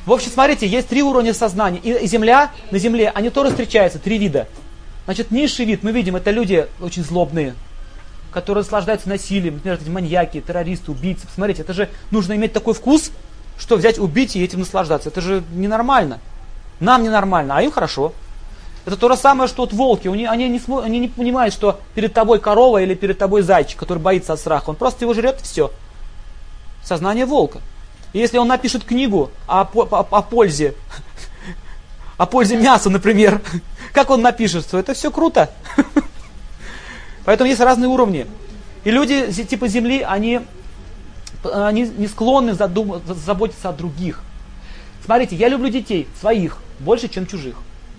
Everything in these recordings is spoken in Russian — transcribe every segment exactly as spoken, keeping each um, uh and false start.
В общем, смотрите, есть три уровня сознания. И Земля, на Земле, они тоже встречаются, три вида. Значит, низший вид, мы видим, это люди очень злобные, которые наслаждаются насилием, например, эти маньяки, террористы, убийцы. Посмотрите, это же нужно иметь такой вкус, что взять, убить и этим наслаждаться. Это же ненормально. Нам ненормально, а им хорошо. Это то же самое, что вот волки. Они, они, не, они не понимают, что перед тобой корова или перед тобой зайчик, который боится от страха. Он просто его жрет, и все. Сознание волка. И если он напишет книгу о, о, о пользе, о пользе мяса, например, как он напишет, то это все круто. Поэтому есть разные уровни. И люди типа Земли, они, они не склонны задум, заботиться о других. Смотрите, я люблю детей, своих, больше, чем чужих.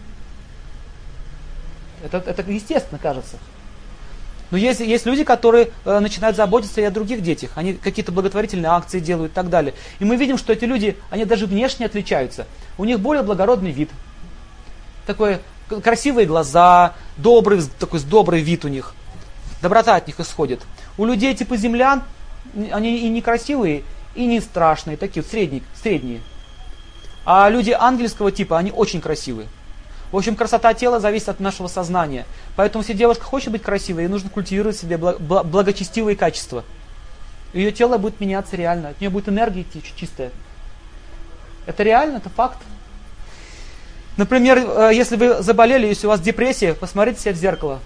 Это, это естественно, кажется. Но есть, есть люди, которые э, начинают заботиться и о других детях. Они какие-то благотворительные акции делают и так далее. И мы видим, что эти люди, они даже внешне отличаются. У них более благородный вид. Такой красивые глаза, добрый, такой добрый вид у них. Доброта от них исходит. У людей типа землян, они и некрасивые, и не страшные, такие вот средние, средние. А люди ангельского типа, они очень красивые. В общем, красота тела зависит от нашего сознания. Поэтому, если девушка хочет быть красивой, ей нужно культивировать в себе благочестивые качества. Ее тело будет меняться реально, от нее будет энергия чистая. Это реально, это факт. Например, если вы заболели, если у вас депрессия, посмотрите себя в зеркало.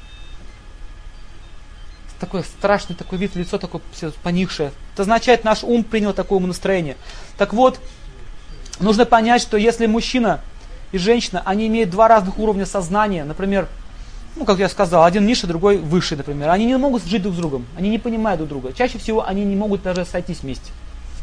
Такой страшный такой вид, лицо такое все поникшее. Это означает, наш ум принял такое настроение. Так вот, нужно понять, что если мужчина и женщина, они имеют два разных уровня сознания, например, ну, как я сказал, один ниже, другой выше, например. Они не могут жить друг с другом, они не понимают друг друга. Чаще всего они не могут даже сойтись вместе.